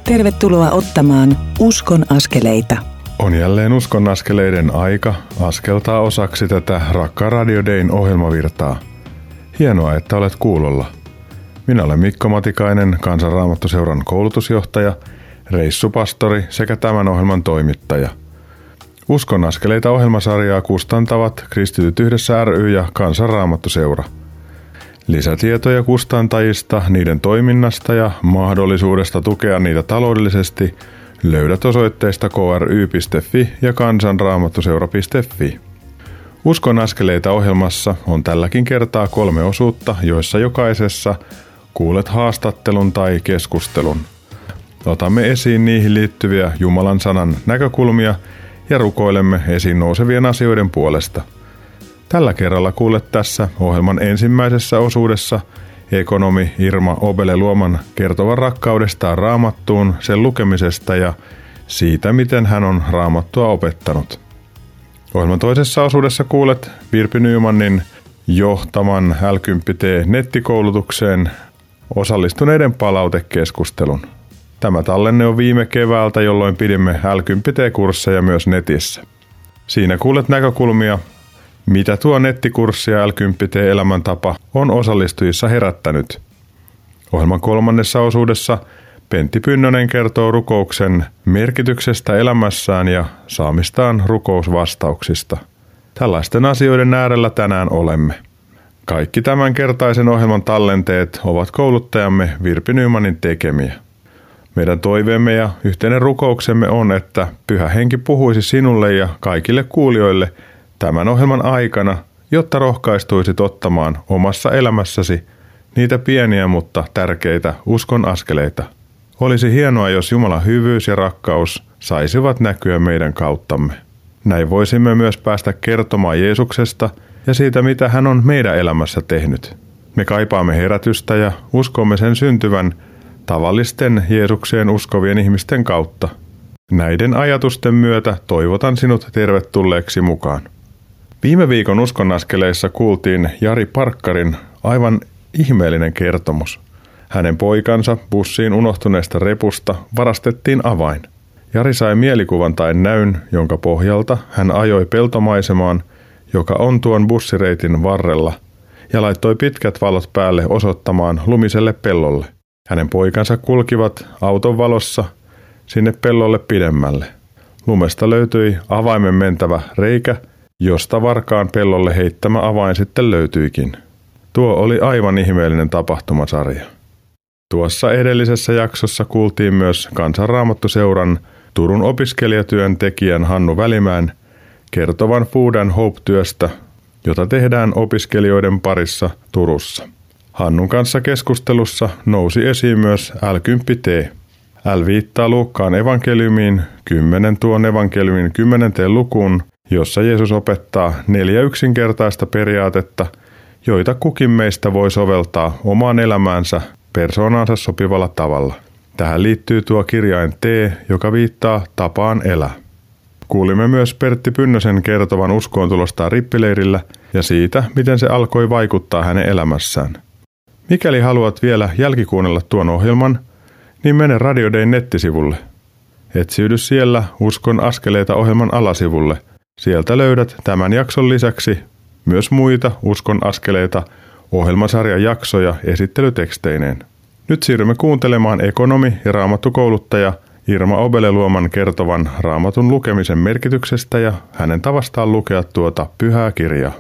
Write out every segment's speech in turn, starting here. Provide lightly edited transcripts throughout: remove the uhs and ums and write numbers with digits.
Tervetuloa ottamaan Uskon askeleita. On jälleen Uskon askeleiden aika askeltaa osaksi tätä Rakkaan Radio Dayn ohjelmavirtaa. Hienoa, että olet kuulolla. Minä olen Mikko Matikainen, Kansan Raamattuseuran koulutusjohtaja, reissupastori sekä tämän ohjelman toimittaja. Uskon askeleita ohjelmasarjaa kustantavat Kristityt yhdessä ry ja Kansan Raamattuseura. Lisätietoja kustantajista, niiden toiminnasta ja mahdollisuudesta tukea niitä taloudellisesti löydät osoitteista kry.fi ja kansanraamattuseura.fi. Uskon askeleita ohjelmassa on tälläkin kertaa 3 osuutta, joissa jokaisessa kuulet haastattelun tai keskustelun. Otamme esiin niihin liittyviä Jumalan sanan näkökulmia ja rukoilemme esiin nousevien asioiden puolesta. Tällä kerralla kuulet tässä ohjelman ensimmäisessä osuudessa ekonomi Irma Obele-Luoman kertovan rakkaudestaan Raamattuun, sen lukemisesta ja siitä, miten hän on Raamattua opettanut. Ohjelman toisessa osuudessa kuulet Virpi Nymanin johtaman L10T-nettikoulutukseen osallistuneiden palautekeskustelun. Tämä tallenne on viime keväältä, jolloin pidimme L10T-kursseja myös netissä. Siinä kuulet näkökulmia, mitä tuo nettikurssi ja L10T-elämäntapa on osallistujissa herättänyt. Ohjelman kolmannessa osuudessa Pentti Pynnönen kertoo rukouksen merkityksestä elämässään ja saamistaan rukousvastauksista. Tällaisten asioiden äärellä tänään olemme. Kaikki tämänkertaisen ohjelman tallenteet ovat kouluttajamme Virpi Nymanin tekemiä. Meidän toiveemme ja yhteinen rukouksemme on, että Pyhä Henki puhuisi sinulle ja kaikille kuulijoille tämän ohjelman aikana, jotta rohkaistuisit ottamaan omassa elämässäsi niitä pieniä, mutta tärkeitä uskon askeleita. Olisi hienoa, jos Jumalan hyvyys ja rakkaus saisivat näkyä meidän kauttamme. Näin voisimme myös päästä kertomaan Jeesuksesta ja siitä, mitä hän on meidän elämässä tehnyt. Me kaipaamme herätystä ja uskomme sen syntyvän tavallisten Jeesukseen uskovien ihmisten kautta. Näiden ajatusten myötä toivotan sinut tervetulleeksi mukaan. Viime viikon Uskon askeleissa kuultiin Jari Parkkarin aivan ihmeellinen kertomus. Hänen poikansa bussiin unohtuneesta repusta varastettiin avain. Jari sai mielikuvan tai näyn, jonka pohjalta hän ajoi peltomaisemaan, joka on tuon bussireitin varrella, ja laittoi pitkät valot päälle osoittamaan lumiselle pellolle. Hänen poikansa kulkivat auton valossa sinne pellolle pidemmälle. Lumesta löytyi avaimen mentävä reikä, josta varkaan pellolle heittämä avain sitten löytyikin. Tuo oli aivan ihmeellinen tapahtumasarja. Tuossa edellisessä jaksossa kuultiin myös Kansan Raamattuseuran Turun opiskelijatyöntekijän Hannu Välimäen kertovan Food and Hope-työstä, jota tehdään opiskelijoiden parissa Turussa. Hannun kanssa keskustelussa nousi esiin myös L10T. L viittaa Luukkaan evankeliumiin 10. lukuun, jossa Jeesus opettaa 4 yksinkertaista periaatetta, joita kukin meistä voi soveltaa omaan elämäänsä persoonaansa sopivalla tavalla. Tähän liittyy tuo kirjain T, joka viittaa tapaan elää. Kuulimme myös Pertti Pynnösen kertovan uskoontulostaan rippileirillä ja siitä, miten se alkoi vaikuttaa hänen elämässään. Mikäli haluat vielä jälkikuunnella tuon ohjelman, niin mene Radio Dayn nettisivulle. Etsiydy siellä Uskon askeleita ohjelman alasivulle. Sieltä löydät tämän jakson lisäksi myös muita Uskon askeleita ohjelmasarjan jaksoja esittelyteksteineen. Nyt siirrymme kuuntelemaan ekonomi ja raamattukouluttaja Irma Obele-Luoman kertovan Raamatun lukemisen merkityksestä ja hänen tavastaan lukea tuota pyhää kirjaa.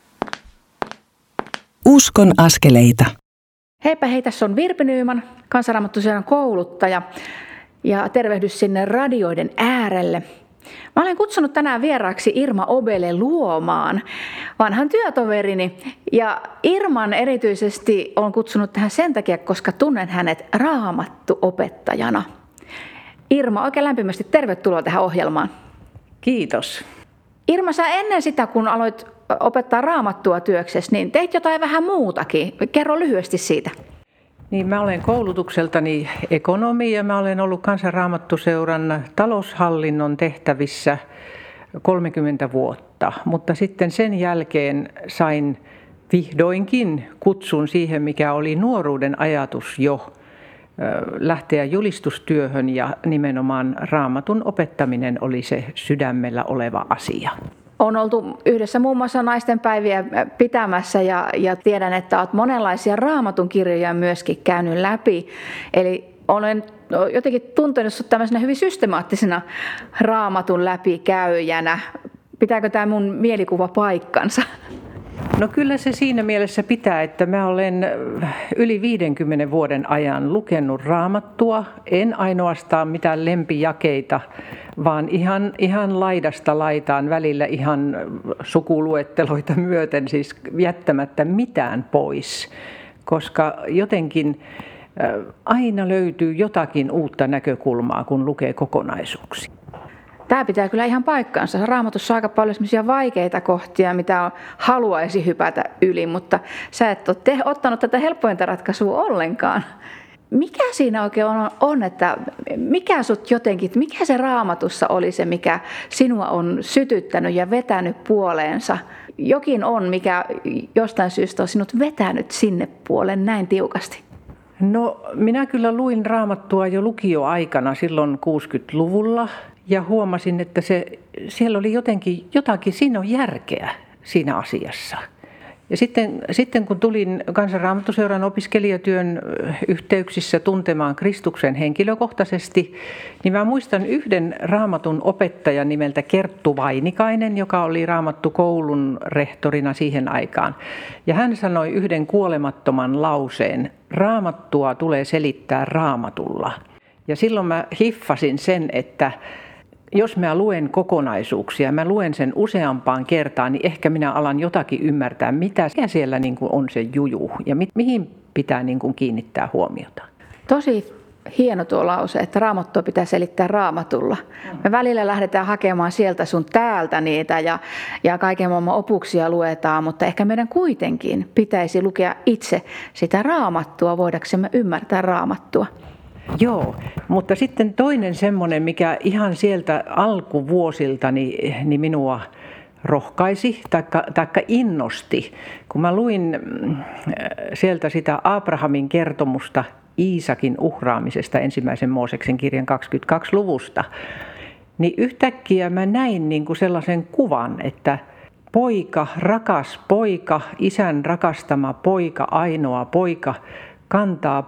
Uskon askeleita. Heipä hei, tässä on Virpi Nyman, Kansan Raamattuseuran kouluttaja ja tervehdys sinne radioiden äärelle. Mä olen kutsunut tänään vieraaksi Irma Obele-Luomaan, vanhan työtoverini. Ja Irman erityisesti olen kutsunut tähän sen takia, koska tunnen hänet raamattuopettajana. Irma, oikein lämpimästi tervetuloa tähän ohjelmaan. Kiitos. Irma, sä ennen sitä, kun aloit opettaa raamattua työksessä, niin teit jotain vähän muutakin. Kerro lyhyesti siitä. Niin, mä olen koulutukseltani ekonomi ja mä olen ollut Kansan Raamattuseuran taloushallinnon tehtävissä 30 vuotta. Mutta sitten sen jälkeen sain vihdoinkin kutsun siihen, mikä oli nuoruuden ajatus jo lähteä julistustyöhön ja nimenomaan Raamatun opettaminen oli se sydämellä oleva asia. On oltu yhdessä muun muassa naistenpäiviä pitämässä ja tiedän, että olet monenlaisia Raamatun kirjoja myöskin käynyt läpi. Eli olen jotenkin tuntenut sinut tämmöisenä hyvin systemaattisena Raamatun läpikäyjänä. Pitääkö tämä mun mielikuva paikkansa? No kyllä se siinä mielessä pitää, että mä olen yli 50 vuoden ajan lukenut Raamattua, en ainoastaan mitään lempijakeita, vaan ihan laidasta laitaan, välillä ihan sukuluetteloita myöten, siis jättämättä mitään pois, koska jotenkin aina löytyy jotakin uutta näkökulmaa, kun lukee kokonaisuuksia. Tämä pitää kyllä ihan paikkaansa. Raamatussa on aika paljon sellaisia vaikeita kohtia, mitä haluaisi hypätä yli, mutta sä et ole ottanut tätä helpointa ratkaisua ollenkaan. Mikä siinä oikein on, että mikä se Raamatussa oli se, mikä sinua on sytyttänyt ja vetänyt puoleensa? Jokin on, mikä jostain syystä on sinut vetänyt sinne puolen näin tiukasti. No minä kyllä luin Raamattua jo lukioaikana silloin 60-luvulla. Ja huomasin, että siellä oli jotakin, siinä on järkeä siinä asiassa. Ja sitten kun tulin Kansan Raamattuseuran opiskelijatyön yhteyksissä tuntemaan Kristuksen henkilökohtaisesti, niin mä muistan yhden Raamatun opettajan nimeltä Kerttu Vainikainen, joka oli Raamattukoulun rehtorina siihen aikaan. Ja hän sanoi yhden kuolemattoman lauseen: Raamattua tulee selittää Raamatulla. Ja silloin mä hiffasin sen, että jos mä luen kokonaisuuksia, mä luen sen useampaan kertaan, niin ehkä minä alan jotakin ymmärtää, mitä siellä niin kuin on se juju ja mihin pitää niin kuin kiinnittää huomiota. Tosi hieno tuo lause, että Raamattua pitää selittää Raamatulla. Me välillä lähdetään hakemaan sieltä sun täältä niitä ja kaiken maailman opuksia luetaan, mutta ehkä meidän kuitenkin pitäisi lukea itse sitä Raamattua, voidaksemme ymmärtää Raamattua. Joo, mutta sitten toinen semmoinen, mikä ihan sieltä alkuvuosilta niin minua rohkaisi taikka innosti, kun mä luin sieltä sitä Abrahamin kertomusta Iisakin uhraamisesta 1. Mooseksen kirjan 22. luvusta, niin yhtäkkiä mä näin niin kuin sellaisen kuvan, että poika, rakas poika, isän rakastama poika, ainoa poika, kantaa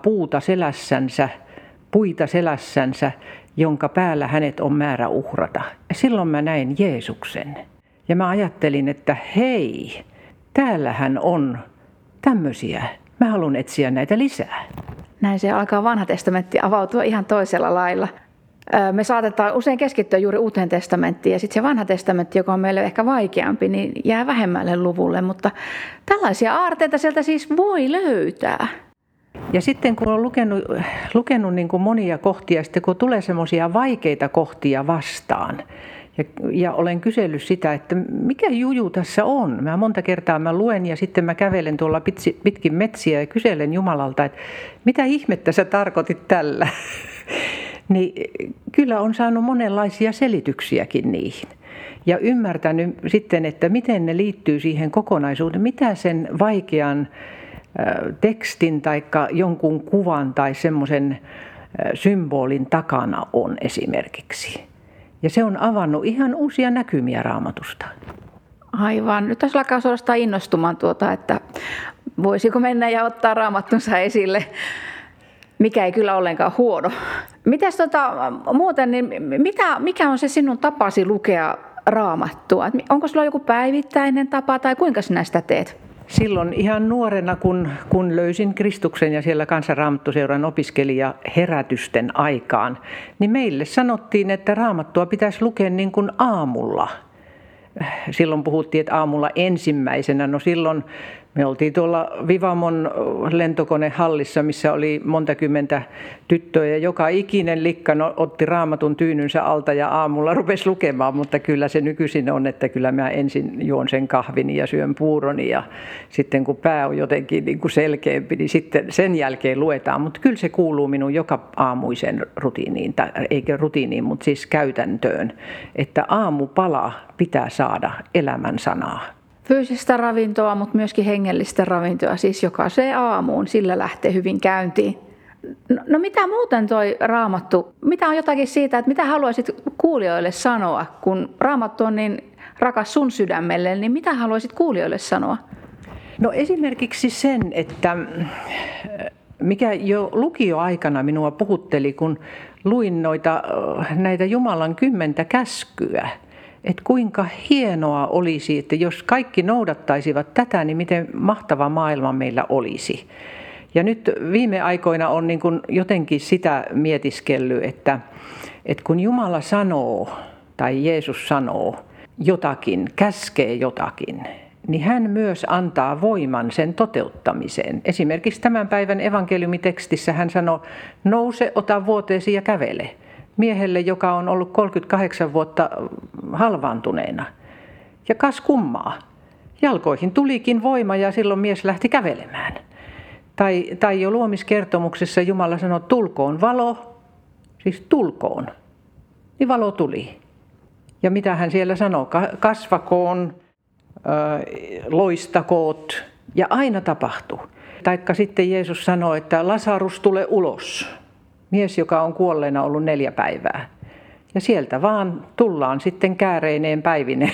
puita selässänsä, jonka päällä hänet on määrä uhrata. Ja silloin mä näin Jeesuksen. Ja mä ajattelin, että hei, täällähän on tämmöisiä. Mä haluan etsiä näitä lisää. Näin se alkaa Vanha testamentti avautua ihan toisella lailla. Me saatetaan usein keskittyä juuri Uuteen testamenttiin ja sitten se Vanha testamentti, joka on meille ehkä vaikeampi, niin jää vähemmälle luvulle. Mutta tällaisia aarteita sieltä siis voi löytää. Ja sitten kun olen lukenut niin kuin monia kohtia, sitten kun tulee semmoisia vaikeita kohtia vastaan, ja olen kysellyt sitä, että mikä juju tässä on. Mä monta kertaa luen ja sitten mä kävelen tuolla pitkin metsiä ja kyselen Jumalalta, että mitä ihmettä sä tarkoitit tällä. Niin kyllä on saanut monenlaisia selityksiäkin niihin. Ja ymmärtänyt sitten, että miten ne liittyy siihen kokonaisuuteen, mitä sen vaikean tekstin tai jonkun kuvan tai semmoisen symbolin takana on esimerkiksi. Ja se on avannut ihan uusia näkymiä Raamatusta. Aivan. Nyt tässä alkaa suorastaan innostumaan että voisiko mennä ja ottaa Raamattunsa esille, mikä ei kyllä ollenkaan huono. Mitäs muuten, niin mikä on se sinun tapasi lukea Raamattua? Onko sulla joku päivittäinen tapa tai kuinka sinä sitä teet? Silloin ihan nuorena, kun löysin Kristuksen ja siellä Kansan Raamattuseuran opiskelijaherätysten aikaan, niin meille sanottiin, että Raamattua pitäisi lukea niin kuin aamulla. Silloin puhuttiin, että aamulla ensimmäisenä. No silloin me oltiin tuolla Vivamon lentokonehallissa, missä oli monta kymmentä tyttöä ja joka ikinen likka otti Raamatun tyynynsä alta ja aamulla rupesi lukemaan, mutta kyllä se nykyisin on, että kyllä mä ensin juon sen kahvini ja syön puuroni ja sitten kun pää on jotenkin niin kuin selkeämpi, niin sitten sen jälkeen luetaan, mutta kyllä se kuuluu minun joka aamuiseen rutiiniin, eikä rutiiniin, mutta siis käytäntöön, että aamupala pitää saada elämän sanaa. Fyysistä ravintoa, mutta myöskin hengellistä ravintoa, siis jokaiseen aamuun, sillä lähtee hyvin käyntiin. No mitä muuten toi Raamattu, mitä on jotakin siitä, että mitä haluaisit kuulijoille sanoa, kun Raamattu on niin rakas sun sydämelle, niin mitä haluaisit kuulijoille sanoa? No esimerkiksi sen, että mikä jo lukioaikana minua puhutteli, kun luin näitä Jumalan 10 käskyä, että kuinka hienoa olisi, että jos kaikki noudattaisivat tätä, niin miten mahtava maailma meillä olisi. Ja nyt viime aikoina on niin kuin jotenkin sitä mietiskellyt, että kun Jumala sanoo tai Jeesus sanoo jotakin, käskee jotakin, niin hän myös antaa voiman sen toteuttamiseen. Esimerkiksi tämän päivän evankeliumitekstissä hän sanoo, nouse, ota vuoteesi ja kävele. Miehelle, joka on ollut 38 vuotta halvaantuneena. Ja kas kummaa, jalkoihin tulikin voima ja silloin mies lähti kävelemään. Tai jo luomiskertomuksessa Jumala sanoi, tulkoon valo, siis tulkoon. Niin valo tuli. Ja mitä hän siellä sanoo, kasvakoon, loistakoot, ja aina tapahtuu. Taikka sitten Jeesus sanoi, että Lasarus tule ulos. Mies, joka on kuolleena ollut 4 päivää. Ja sieltä vaan tullaan sitten kääreineen päivineen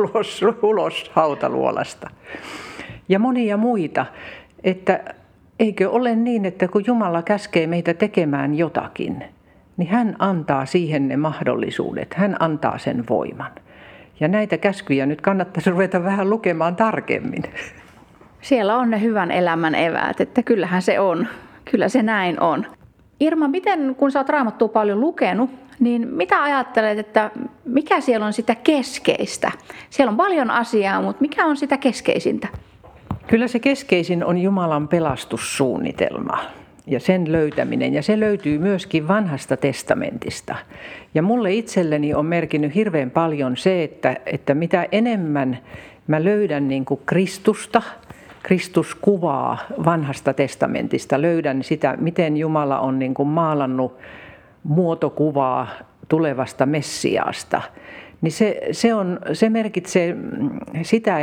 ulos hautaluolasta. Ja monia muita, että eikö ole niin, että kun Jumala käskee meitä tekemään jotakin, niin hän antaa siihen ne mahdollisuudet, hän antaa sen voiman. Ja näitä käskyjä nyt kannattaisi ruveta vähän lukemaan tarkemmin. Siellä on ne hyvän elämän eväät, että kyllähän se on, kyllä se näin on. Irma, miten kun sä oot Raamattua paljon lukenut, niin mitä ajattelet, että mikä siellä on sitä keskeistä? Siellä on paljon asiaa, mutta mikä on sitä keskeisintä? Kyllä se keskeisin on Jumalan pelastussuunnitelma ja sen löytäminen. Ja se löytyy myöskin Vanhasta testamentista. Ja mulle itselleni on merkinnyt hirveän paljon se, että mitä enemmän mä löydän niin kuin Kristusta, Kristuskuvaa Vanhasta testamentista, löydän sitä, miten Jumala on niin kuin maalannut muotokuvaa tulevasta Messiaasta. Niin se merkitsee sitä,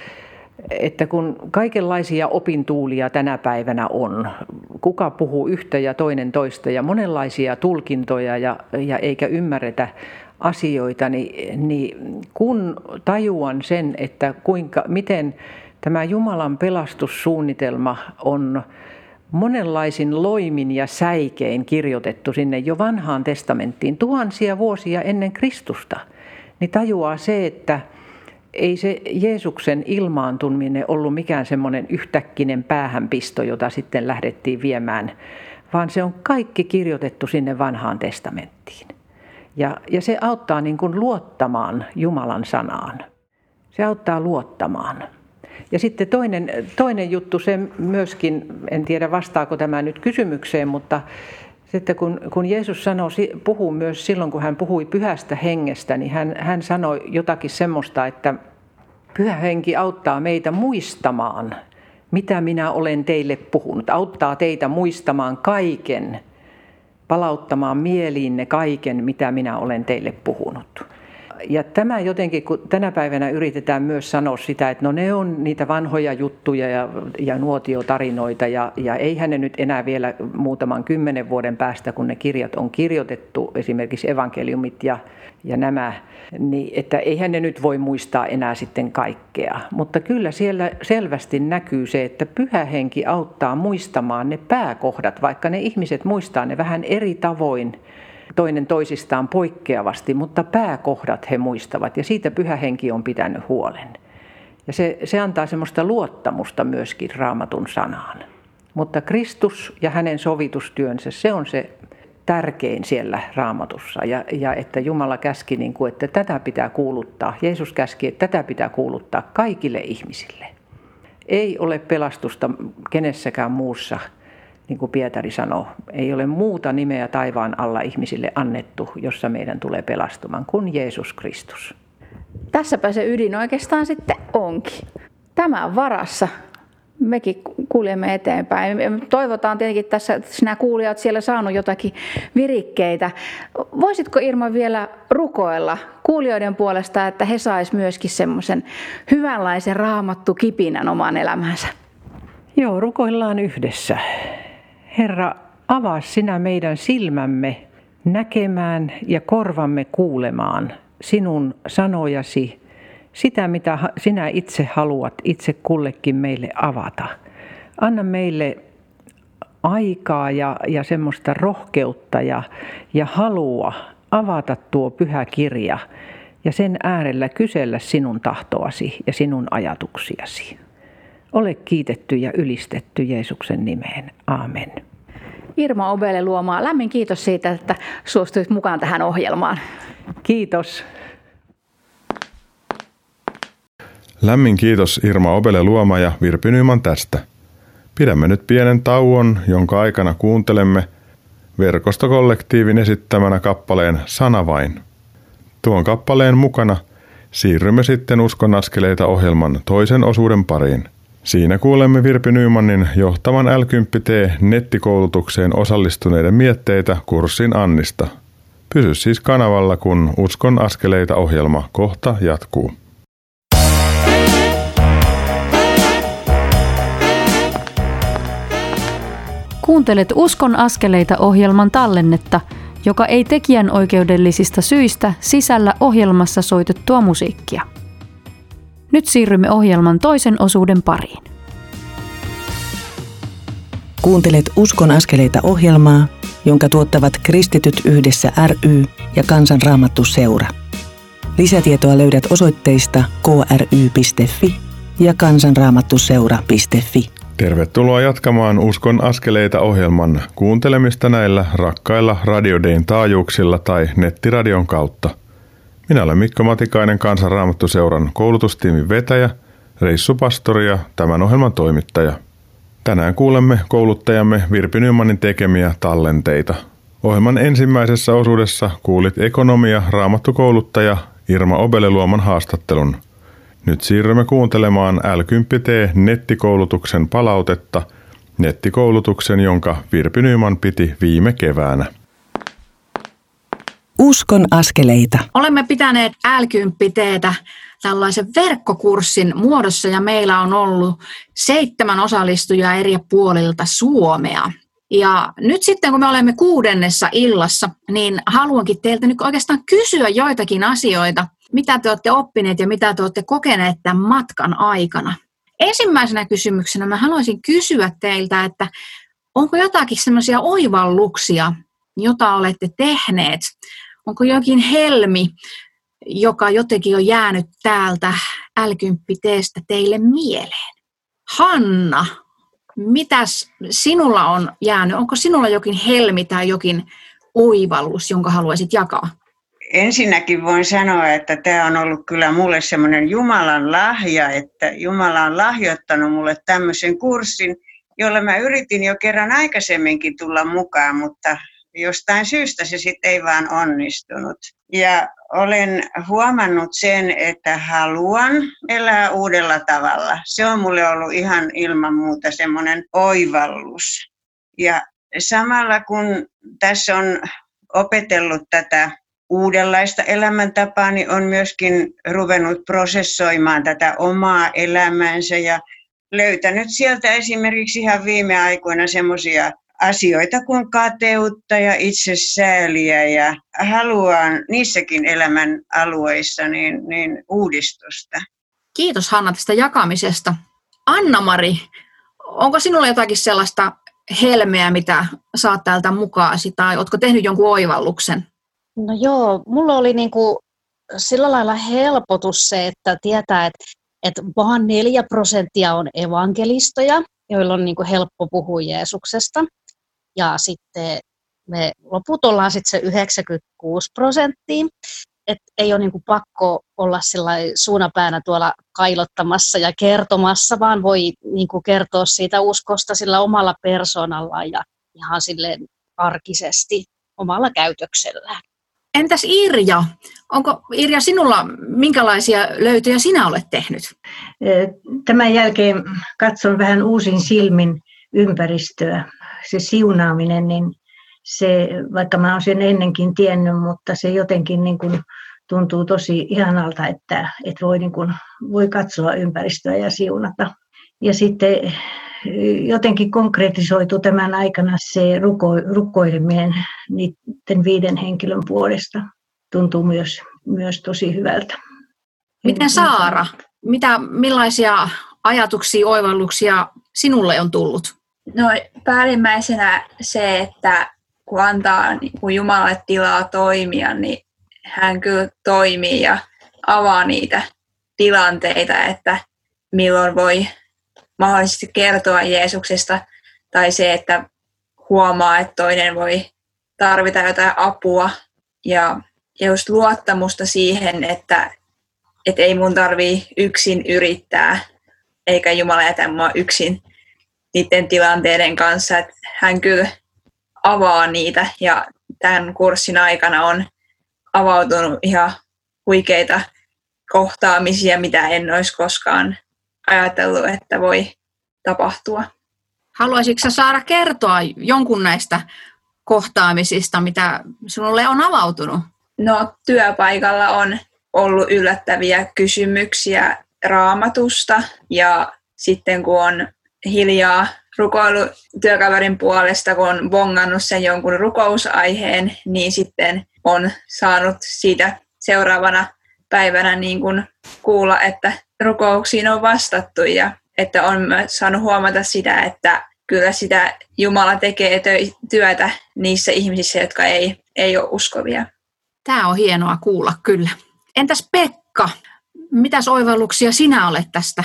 että kun kaikenlaisia opintuulia tänä päivänä on, kuka puhuu yhtä ja toinen toista ja monenlaisia tulkintoja ja eikä ymmärretä asioita, niin kun tajuan sen, että miten tämä Jumalan pelastussuunnitelma on monenlaisin loimin ja säikein kirjoitettu sinne jo Vanhaan testamenttiin tuhansia vuosia ennen Kristusta, niin tajuaa se, että ei se Jeesuksen ilmaantuminen ollut mikään semmoinen yhtäkkinen päähänpisto, jota sitten lähdettiin viemään, vaan se on kaikki kirjoitettu sinne Vanhaan testamenttiin. Ja se auttaa niin kuin luottamaan Jumalan sanaan. Se auttaa luottamaan. Ja sitten toinen juttu, se myöskin, en tiedä vastaako tämä nyt kysymykseen, mutta sitten kun Jeesus puhuu myös silloin, kun hän puhui Pyhästä Hengestä, niin hän sanoi jotakin semmoista, että Pyhä Henki auttaa meitä muistamaan, mitä minä olen teille puhunut. Auttaa teitä muistamaan kaiken, palauttamaan mieliinne kaiken, mitä minä olen teille puhunut. Ja tämä jotenkin, kun tänä päivänä yritetään myös sanoa sitä, että no ne on niitä vanhoja juttuja ja nuotiotarinoita ja eihän ne nyt enää vielä muutaman 10 vuoden päästä, kun ne kirjat on kirjoitettu, esimerkiksi evankeliumit ja nämä, niin että eihän ne nyt voi muistaa enää sitten kaikkea. Mutta kyllä siellä selvästi näkyy se, että Pyhä Henki auttaa muistamaan ne pääkohdat, vaikka ne ihmiset muistaa ne vähän eri tavoin, toinen toisistaan poikkeavasti, mutta pääkohdat he muistavat ja siitä Pyhä Henki on pitänyt huolen. Ja se antaa semmoista luottamusta myöskin Raamatun sanaan. Mutta Kristus ja hänen sovitustyönsä, se on se tärkein siellä Raamatussa. Ja että Jumala käski, niin kuin, että tätä pitää kuuluttaa. Jeesus käski, että tätä pitää kuuluttaa kaikille ihmisille. Ei ole pelastusta kenessäkään muussa. Niin kuin Pietari sanoi, ei ole muuta nimeä taivaan alla ihmisille annettu, jossa meidän tulee pelastumaan, kuin Jeesus Kristus. Tässäpä se ydin oikeastaan sitten onkin. Tämä on varassa. Mekin kuljemme eteenpäin. Toivotaan tietenkin tässä, että sinä kuulijat olet siellä saanut jotakin virikkeitä. Voisitko Irma vielä rukoilla kuulijoiden puolesta, että he sais myöskin semmoisen hyvänlaisen raamattukipinän omaan elämäänsä? Joo, rukoillaan yhdessä. Herra, avaa sinä meidän silmämme näkemään ja korvamme kuulemaan sinun sanojasi, sitä mitä sinä itse haluat itse kullekin meille avata. Anna meille aikaa ja semmoista rohkeutta ja halua avata tuo pyhä kirja ja sen äärellä kysellä sinun tahtoasi ja sinun ajatuksiasi. Ole kiitetty ja ylistetty Jeesuksen nimeen. Aamen. Irma Obele Luomaa, lämmin kiitos siitä, että suostuit mukaan tähän ohjelmaan. Kiitos. Lämmin kiitos Irma Obele Luoma ja Virpi Nyman tästä. Pidämme nyt pienen tauon, jonka aikana kuuntelemme verkostokollektiivin esittämänä kappaleen Sana vain. Tuon kappaleen mukana siirrymme sitten Uskon askeleita -ohjelman toisen osuuden pariin. Siinä kuulemme Virpi Nymanin johtavan L10T-nettikoulutukseen osallistuneiden mietteitä kurssin Annista. Pysy siis kanavalla, kun Uskon askeleita -ohjelma kohta jatkuu. Kuuntelet Uskon askeleita -ohjelman tallennetta, joka ei tekijänoikeudellisista syistä sisällä ohjelmassa soitettua musiikkia. Nyt siirrymme ohjelman toisen osuuden pariin. Kuuntelet Uskon askeleita -ohjelmaa, jonka tuottavat Kristityt yhdessä ry ja Kansanraamattu Seura. Lisätietoa löydät osoitteista kry.fi ja kansanraamattuseura.fi. Tervetuloa jatkamaan Uskon askeleita -ohjelman kuuntelemista näillä rakkailla Radio Dayn taajuuksilla tai nettiradion kautta. Minä olen Mikko Matikainen, Kansanraamattuseuran koulutustiimin vetäjä, reissupastori ja tämän ohjelman toimittaja. Tänään kuulemme kouluttajamme Virpi Nymanin tekemiä tallenteita. Ohjelman ensimmäisessä osuudessa kuulit ekonomia raamattukouluttaja Irma Obele Luoman haastattelun. Nyt siirrymme kuuntelemaan L10T-nettikoulutuksen palautetta, nettikoulutuksen, jonka Virpi Nyman piti viime keväänä. Uskon askeleita. Olemme pitäneet L10T:tä tällaisen verkkokurssin muodossa ja meillä on ollut 7 osallistujaa eri puolilta Suomea. Ja nyt sitten kun me olemme 6. illassa, niin haluankin teiltä nyt oikeastaan kysyä joitakin asioita, mitä te olette oppineet ja mitä te olette kokeneet tämän matkan aikana. Ensimmäisenä kysymyksenä mä haluaisin kysyä teiltä, että onko jotakin sellaisia oivalluksia, jota olette tehneet? Onko jokin helmi, joka jotenkin on jäänyt täältä L10T:stä teille mieleen? Hanna, mitäs sinulla on jäänyt? Onko sinulla jokin helmi tai jokin oivallus, jonka haluaisit jakaa? Ensinnäkin voin sanoa, että tämä on ollut kyllä mulle semmoinen Jumalan lahja, että Jumala on lahjoittanut mulle tämmöisen kurssin, jolla mä yritin jo kerran aikaisemminkin tulla mukaan, mutta jostain syystä se sitten ei vaan onnistunut. Ja olen huomannut sen, että haluan elää uudella tavalla. Se on mulle ollut ihan ilman muuta semmoinen oivallus. Ja samalla kun tässä on opetellut tätä uudenlaista elämäntapaa, niin on myöskin ruvennut prosessoimaan tätä omaa elämäänsä ja löytänyt sieltä esimerkiksi ihan viime aikoina semmoisia asioita kuin kateutta ja itsesääliä ja haluan niissäkin elämän alueissa niin uudistusta. Kiitos Hanna tästä jakamisesta. Anna-Mari, onko sinulla jotakin sellaista helmeä, mitä saat täältä mukaasi tai oletko tehnyt jonkun oivalluksen? No joo, mulla oli sillä lailla helpotus se, että tietää, että vaan 4% on evankelistoja, joilla on helppo puhua Jeesuksesta. Ja sitten me loput ollaan sitten se 96%. Että ei ole pakko olla suunapäänä tuolla kailottamassa ja kertomassa, vaan voi kertoa siitä uskosta sillä omalla persoonallaan ja ihan silleen arkisesti omalla käytöksellään. Entäs Irja? Onko Irja sinulla, minkälaisia löytöjä sinä olet tehnyt? Tämän jälkeen katson vähän uusin silmin ympäristöä. Se siunaaminen, niin se, vaikka mä olen sen ennenkin tiennyt, mutta se jotenkin tuntuu tosi ihanalta, että voi katsoa ympäristöä ja siunata. Ja sitten jotenkin konkretisoitu tämän aikana se rukoileminen niiden 5 henkilön puolesta. Tuntuu myös tosi hyvältä. Miten Saara, millaisia ajatuksia, oivalluksia sinulle on tullut? No päällimmäisenä se, että kun antaa niin Jumalalle tilaa toimia, niin hän kyllä toimii ja avaa niitä tilanteita, että milloin voi mahdollisesti kertoa Jeesuksesta, tai se, että huomaa, että toinen voi tarvita jotain apua ja just luottamusta siihen, että ei mun tarvii yksin yrittää, eikä Jumala jätä mua yksin niiden tilanteiden kanssa, että hän kyllä avaa niitä ja tämän kurssin aikana on avautunut ihan huikeita kohtaamisia, mitä en olisi koskaan ajatellut, että voi tapahtua. Haluaisitko sä, Saara, kertoa jonkun näistä kohtaamisista, mitä sinulle on avautunut? No, työpaikalla on ollut yllättäviä kysymyksiä Raamatusta ja sitten kun on hiljaa rukoillut työkaverin puolesta, kun on bongannut sen jonkun rukousaiheen, niin sitten on saanut siitä seuraavana päivänä niin kuin kuulla, että rukouksiin on vastattu ja että on saanut huomata sitä, että kyllä sitä Jumala tekee työtä niissä ihmisissä, jotka ei ole uskovia. Tämä on hienoa kuulla kyllä. Entäs Pekka, mitäs oivalluksia sinä olet tästä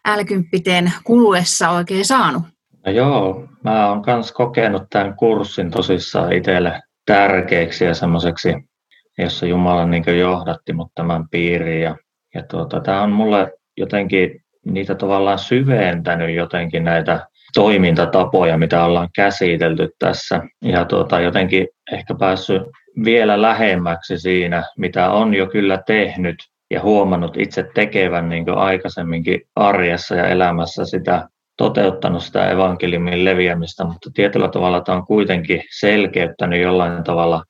L10 kuluessa oikein saanut? No joo, mä oon myös kokenut tämän kurssin tosissaan itselle tärkeäksi ja semmoiseksi, jossa Jumala niin johdatti mut tämän piiriin. Ja tämä on mulle jotenkin niitä tavallaan syventänyt jotenkin näitä toimintatapoja, mitä ollaan käsitelty tässä. Ja jotenkin ehkä päässyt vielä lähemmäksi siinä, mitä on jo kyllä tehnyt ja huomannut itse tekevän niin kuin aikaisemminkin arjessa ja elämässä sitä, toteuttanut sitä evankeliumin leviämistä, mutta tietyllä tavalla tämä on kuitenkin selkeyttänyt jollain tavalla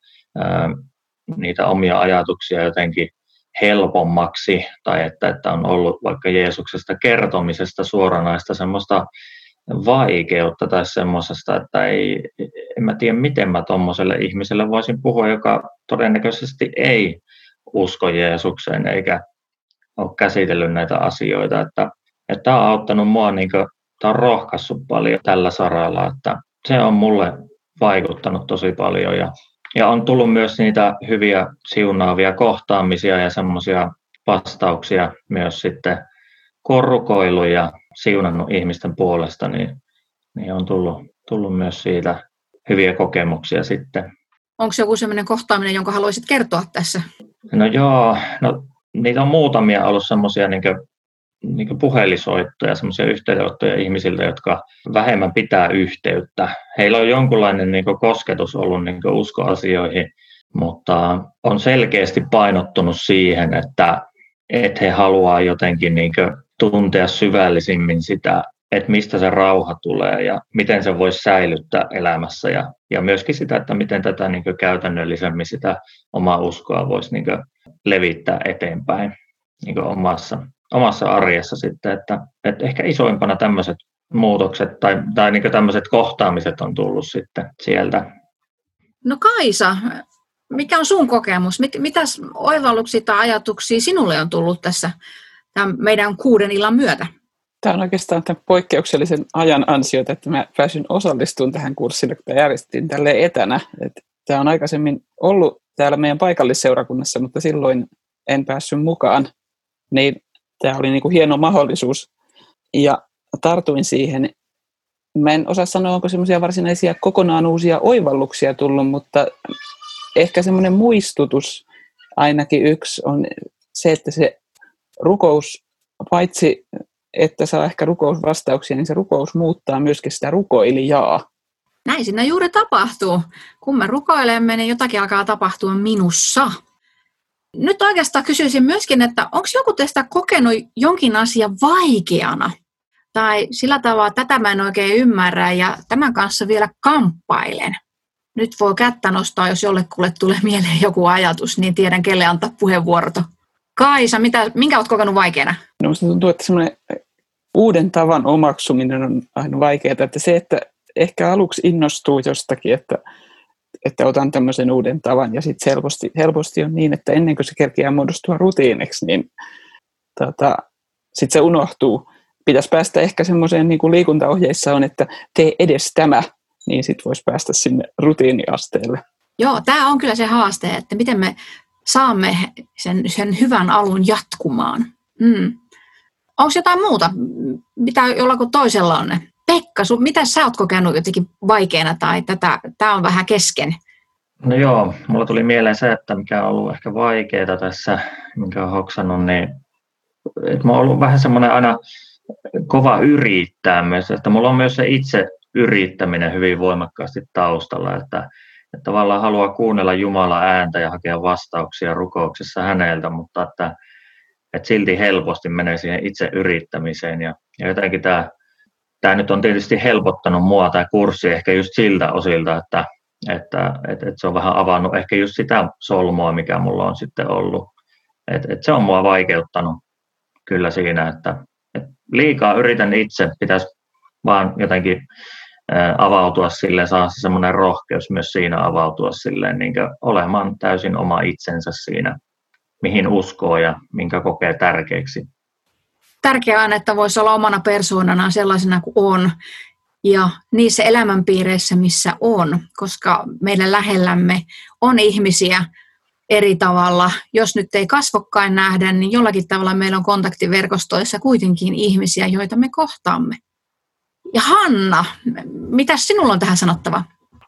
niitä omia ajatuksia jotenkin helpommaksi, tai että on ollut vaikka Jeesuksesta kertomisesta suoranaista semmoista vaikeutta tai semmoisesta, että en mä tiedä, miten mä tuommoiselle ihmiselle voisin puhua, joka todennäköisesti ei usko Jeesukseen eikä ole käsitellyt näitä asioita. Että tämä on auttanut mua, tämä on rohkaissut paljon tällä saralla, että se on mulle vaikuttanut tosi paljon ja on tullut myös niitä hyviä siunaavia kohtaamisia ja semmoisia vastauksia myös sitten, kun on rukoillut ja siunannut ihmisten puolesta, niin on tullut myös siitä hyviä kokemuksia sitten. Onko joku sellainen kohtaaminen, jonka haluaisit kertoa tässä? No joo, niitä on muutamia ollut semmoisia niin puhelisoittoja, semmoisia yhteydenottoja ihmisiltä, jotka vähemmän pitää yhteyttä. Heillä on jonkunlainen kosketus ollut uskoasioihin, mutta on selkeästi painottunut siihen, että he haluaa jotenkin tuntea syvällisimmin sitä, että mistä se rauha tulee ja miten se voisi säilyttää elämässä ja myöskin sitä, että miten tätä käytännöllisemmin sitä omaa uskoa voisi levittää eteenpäin omassa arjessa sitten, että ehkä isoimpana tämmöiset muutokset tai tämmöiset kohtaamiset on tullut sitten sieltä. No Kaisa, mikä on sun kokemus? Mitäs oivalluksia tai ajatuksia sinulle on tullut tässä tämän meidän 6 illan myötä? Tämä on oikeastaan tämän poikkeuksellisen ajan ansiota, että mä pääsin osallistumaan tähän kurssille, kun tämä järjestettiin tälleen etänä. Tämä on aikaisemmin ollut täällä meidän paikallisseurakunnassa, mutta silloin en päässyt mukaan. Niin tämä oli hieno mahdollisuus ja tartuin siihen. Mä en osaa sanoa, onko semmoisia varsinaisia kokonaan uusia oivalluksia tullut, mutta ehkä semmoinen muistutus ainakin yksi on se, että se rukous, paitsi että saa ehkä rukousvastauksia, niin se rukous muuttaa myöskin sitä rukoilijaa. Näin siinä juuri tapahtuu. Kun me rukoilemme, niin jotakin alkaa tapahtua minussa. Nyt oikeastaan kysyisin myöskin, että onko joku teistä kokenut jonkin asian vaikeana? Tai sillä tavalla, tätä mä en oikein ymmärrä ja tämän kanssa vielä kamppailen. Nyt voi kättä nostaa, jos jollekulle tulee mieleen joku ajatus, niin tiedän, kelle antaa puheenvuorot. Kaisa, minkä olet kokenut vaikeana? No, minusta tuntuu, että semmoinen uuden tavan omaksuminen on aina vaikeaa. Että se, että ehkä aluksi innostuu jostakin, että otan tämmöisen uuden tavan ja sitten helposti on niin, että ennen kuin se kerkeää muodostua rutiiniksi, niin sitten se unohtuu. Pitäisi päästä ehkä semmoiseen, niin kuin liikuntaohjeissa on, että tee edes tämä, niin sitten voisi päästä sinne rutiiniasteelle. Joo, tämä on kyllä se haaste, että miten me saamme sen hyvän alun jatkumaan. Onko jotain muuta, mitä jollakin toisella on? Pekka, mitä sä oot kokenut jotenkin vaikeana tai tämä on vähän kesken? No joo, mulla tuli mieleen se, että mikä on ollut ehkä vaikeaa tässä, minkä olen hoksannut, niin että mä oon ollut vähän semmoinen aina kova yrittää myös, että mulla on myös se itse yrittäminen hyvin voimakkaasti taustalla, että tavallaan haluaa kuunnella Jumalan ääntä ja hakea vastauksia rukouksessa häneltä, mutta että silti helposti menee siihen itse yrittämiseen ja jotenkin tämä nyt on tietysti helpottanut mua tämä kurssi ehkä just siltä osilta, että se on vähän avannut ehkä just sitä solmua, mikä mulla on sitten ollut. Että se on mua vaikeuttanut kyllä siinä, että liikaa yritän itse, pitäisi vaan jotenkin avautua silleen, saa se semmoinen rohkeus myös siinä avautua silleen, niin olemaan täysin oma itsensä siinä, mihin uskoo ja minkä kokee tärkeäksi. Tärkeää on, että voisi olla omana persoonana sellaisena kuin on ja niissä elämänpiireissä, missä on, koska meidän lähellämme on ihmisiä eri tavalla. Jos nyt ei kasvokkain nähdä, niin jollakin tavalla meillä on kontaktiverkostoissa kuitenkin ihmisiä, joita me kohtaamme. Ja Hanna, mitä sinulla on tähän sanottava?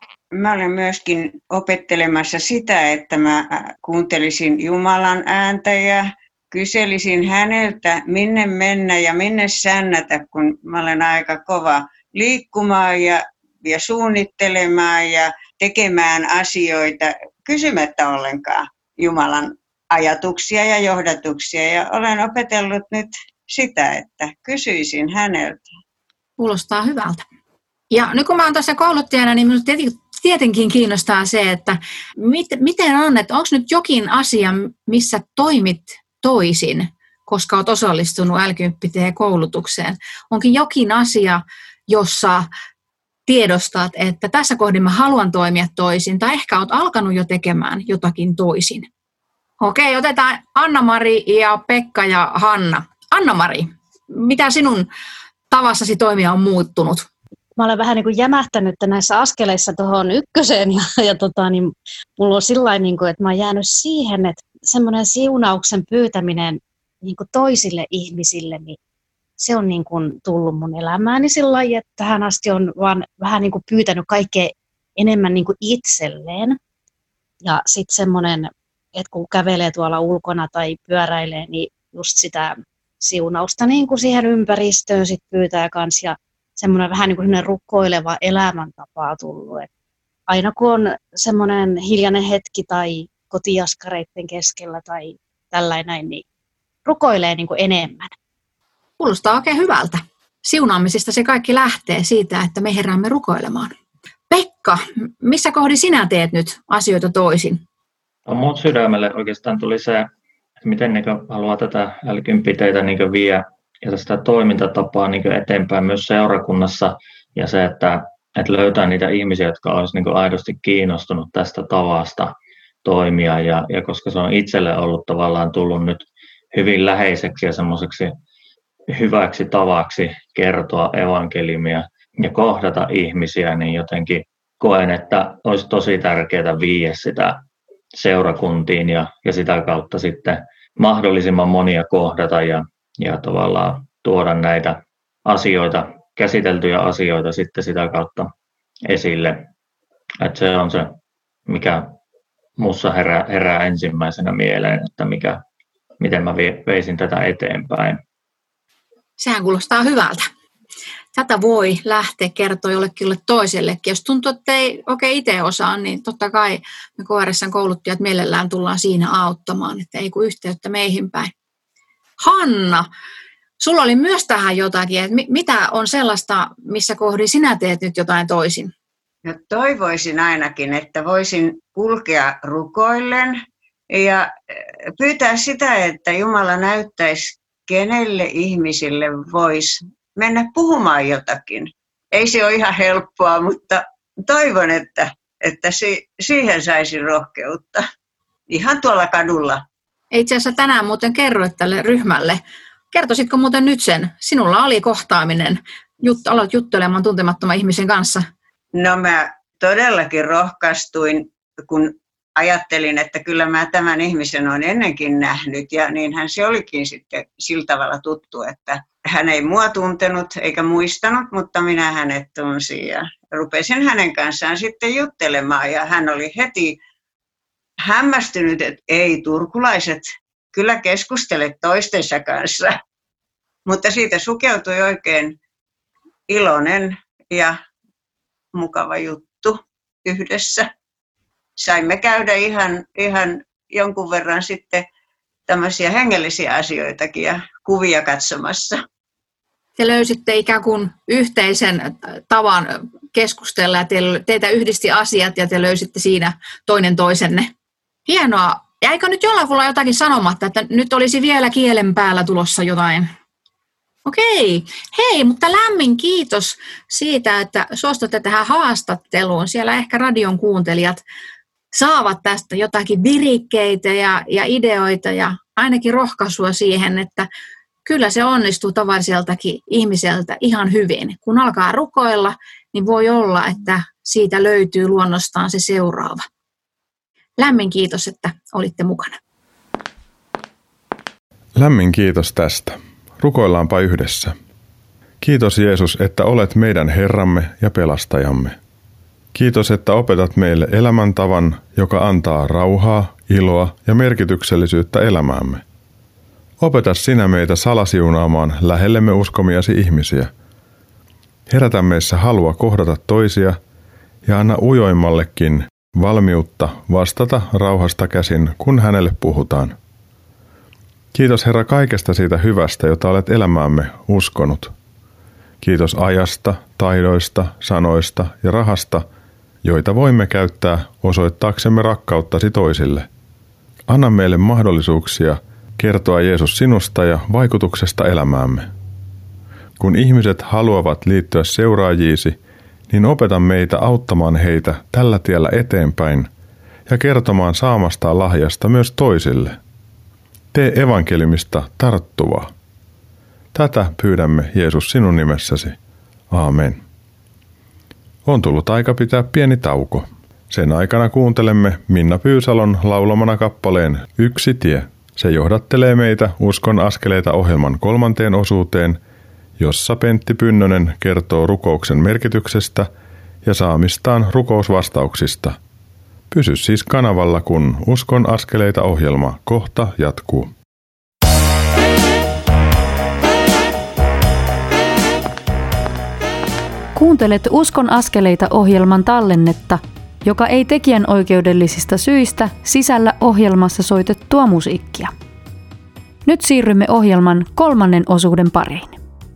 Mä olen myöskin opettelemassa sitä, että mä kuuntelisin Jumalan ääntä ja kyselisin häneltä, minne mennä ja minne sännätä, kun mä olen aika kova liikkumaan ja suunnittelemaan ja tekemään asioita kysymättä ollenkaan Jumalan ajatuksia ja johdatuksia. Ja olen opetellut nyt sitä, että kysyisin häneltä. Kuulostaa hyvältä. Ja nyt kun mä oon tässä kouluttajana, niin minut tietenkin kiinnostaa se, että miten on, että onko nyt jokin asia, missä toimit toisin, koska olet osallistunut L10T-koulutukseen. Onkin jokin asia, jossa tiedostat, että tässä kohdin mä haluan toimia toisin, tai ehkä olet alkanut jo tekemään jotakin toisin. Okei, otetaan Anna-Mari ja Pekka ja Hanna. Anna-Mari, mitä sinun tavassasi toimia on muuttunut? Mä olen vähän niin kuin jämähtänyt näissä askeleissa tuohon ykköseen niin mulla on sillain, niin kuin, että mä oon jäänyt siihen, että semmoinen siunauksen pyytäminen niin kuin toisille ihmisille, niin se on niin kuin tullut mun elämääni sillain, että tähän asti on vaan vähän niin kuin pyytänyt kaikkea enemmän niin kuin itselleen. Ja sitten semmoinen, että kun kävelee tuolla ulkona tai pyöräilee, niin just sitä siunausta niin kuin siihen ympäristöön sit pyytää kans ja semmoinen vähän niin kuin rukoileva elämäntapa tullut. Et aina kun on semmoinen hiljainen hetki tai kotiaskareiden keskellä tai tällainen, niin rukoilee niin kuin enemmän. Kuulostaa oikein hyvältä. Siunaamisesta se kaikki lähtee siitä, että me heräämme rukoilemaan. Pekka, missä kohdin sinä teet nyt asioita toisin? No, mun sydämelle oikeastaan tuli se, että miten haluaa tätä L10T:tä vie ja tästä toimintatapaa eteenpäin myös seurakunnassa ja se, että löytää niitä ihmisiä, jotka olisi aidosti kiinnostunut tästä tavasta toimia ja koska se on itselle ollut tavallaan tullut nyt hyvin läheiseksi ja semmoiseksi hyväksi tavaksi kertoa evankeliumia ja kohdata ihmisiä, niin jotenkin koen, että olisi tosi tärkeää viedä sitä seurakuntiin ja sitä kautta sitten mahdollisimman monia kohdata ja tavallaan tuoda näitä asioita, käsiteltyjä asioita sitten sitä kautta esille. Että se on se, mikä minussa herää ensimmäisenä mieleen, että miten mä veisin tätä eteenpäin. Sehän kuulostaa hyvältä. Tätä voi lähteä kertoa jollekin toisellekin. Jos tuntuu, että ei oikein itse osaa, niin totta kai me KRS:n kouluttajat mielellään tullaan siinä auttamaan, että ei kun yhteyttä meihin päin. Hanna, sulla oli myös tähän jotakin, että mitä on sellaista, missä kohdin sinä teet nyt jotain toisin? No, toivoisin ainakin, että voisin kulkea rukoillen ja pyytää sitä, että Jumala näyttäisi kenelle ihmisille voisi mennä puhumaan jotakin. Ei se ole ihan helppoa, mutta toivon, että siihen saisi rohkeutta. Ihan tuolla kadulla. Itse asiassa tänään muuten kerroit tälle ryhmälle. Kertoisitko muuten nyt sen? Sinulla oli kohtaaminen. Aloit juttelemaan tuntemattoman ihmisen kanssa. No mä todellakin rohkaistuin, kun ajattelin, että kyllä mä tämän ihmisen olen ennenkin nähnyt. Ja niinhän se olikin sitten sillä tavalla tuttu, että hän ei mua tuntenut eikä muistanut, mutta minä hänet tunsin. Ja rupesin hänen kanssaan sitten juttelemaan ja hän oli heti hämmästynyt, että ei turkulaiset kyllä keskustele toistensa kanssa. Mutta siitä sukeutui oikein iloinen ja mukava juttu yhdessä. Saimme käydä ihan jonkun verran sitten tämmöisiä hengellisiä asioitakin ja kuvia katsomassa. Te löysitte ikään kuin yhteisen tavan keskustella ja teitä yhdisti asiat ja te löysitte siinä toinen toisenne. Hienoa. Jäikö nyt jollain jotakin sanomatta, että nyt olisi vielä kielen päällä tulossa jotain? Okei. Hei, mutta lämmin kiitos siitä, että suostutte tähän haastatteluun. Siellä ehkä radion kuuntelijat saavat tästä jotakin virikkeitä ja ideoita ja ainakin rohkaisua siihen, että kyllä se onnistuu tavalliseltakin ihmiseltä ihan hyvin. Kun alkaa rukoilla, niin voi olla, että siitä löytyy luonnostaan se seuraava. Lämmin kiitos, että olitte mukana. Lämmin kiitos tästä. Rukoillaanpa yhdessä. Kiitos Jeesus, että olet meidän Herramme ja pelastajamme. Kiitos, että opetat meille elämäntavan, joka antaa rauhaa, iloa ja merkityksellisyyttä elämäämme. Opeta sinä meitä salasiunaamaan lähellemme uskomiasi ihmisiä. Herätä meissä halua kohdata toisia ja anna ujoimmallekin valmiutta vastata rauhasta käsin, kun hänelle puhutaan. Kiitos Herra kaikesta siitä hyvästä, jota olet elämäämme uskonut. Kiitos ajasta, taidoista, sanoista ja rahasta, joita voimme käyttää osoittaaksemme rakkauttasi toisille. Anna meille mahdollisuuksia kertoa Jeesus sinusta ja vaikutuksesta elämäämme. Kun ihmiset haluavat liittyä seuraajiisi, niin opeta meitä auttamaan heitä tällä tiellä eteenpäin ja kertomaan saamastaan lahjasta myös toisille. Tee evankeliumista tarttuvaa. Tätä pyydämme Jeesus sinun nimessäsi. Aamen. On tullut aika pitää pieni tauko. Sen aikana kuuntelemme Minna Pyysalon laulamana kappaleen Yksi tie. Se johdattelee meitä Uskon askeleita -ohjelman 3. osuuteen, jossa Pentti Pynnönen kertoo rukouksen merkityksestä ja saamistaan rukousvastauksista. Pysy siis kanavalla, kun Uskon askeleita -ohjelma kohta jatkuu. Kuuntelet Uskon askeleita -ohjelman tallennetta, joka ei tekijän oikeudellisista syistä sisällä ohjelmassa soitettua musiikkia. Nyt siirrymme ohjelman 3. osuuden pariin.